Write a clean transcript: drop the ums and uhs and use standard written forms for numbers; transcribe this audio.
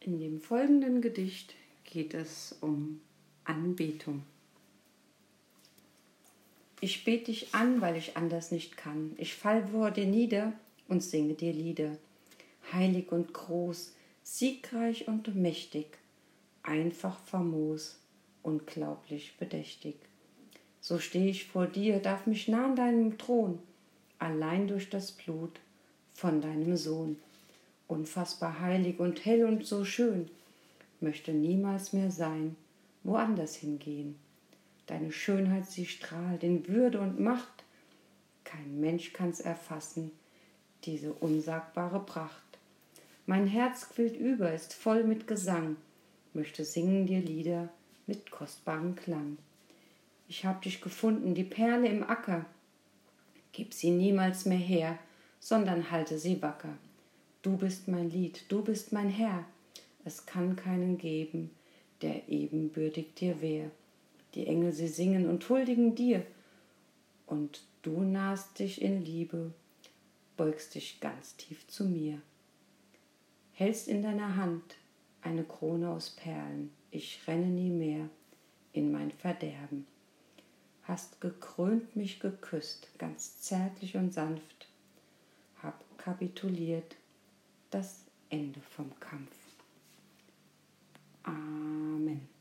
In dem folgenden Gedicht geht es um Anbetung. Ich bet dich an, weil ich anders nicht kann. Ich fall vor dir nieder und singe dir Lieder. Heilig und groß, siegreich und mächtig, einfach famos, unglaublich bedächtig. So steh ich vor dir, darf mich nah an deinem Thron, allein durch das Blut von deinem Sohn. Unfassbar heilig und hell und so schön, möchte niemals mehr sein, woanders hingehen. Deine Schönheit, sie strahlt in Würde und Macht, kein Mensch kann's erfassen, diese unsagbare Pracht. Mein Herz quillt über, ist voll mit Gesang, möchte singen dir Lieder mit kostbarem Klang. Ich hab dich gefunden, die Perle im Acker, gib sie niemals mehr her, sondern halte sie wacker. Du bist mein Lied, du bist mein Herr, es kann keinen geben, der ebenbürtig dir wär. Die Engel, sie singen und huldigen dir, und du nahst dich in Liebe, beugst dich ganz tief zu mir. Hältst in deiner Hand eine Krone aus Perlen, ich renne nie mehr in mein Verderben. Hast gekrönt mich geküsst, ganz zärtlich und sanft, hab kapituliert, das Ende vom Kampf. Amen.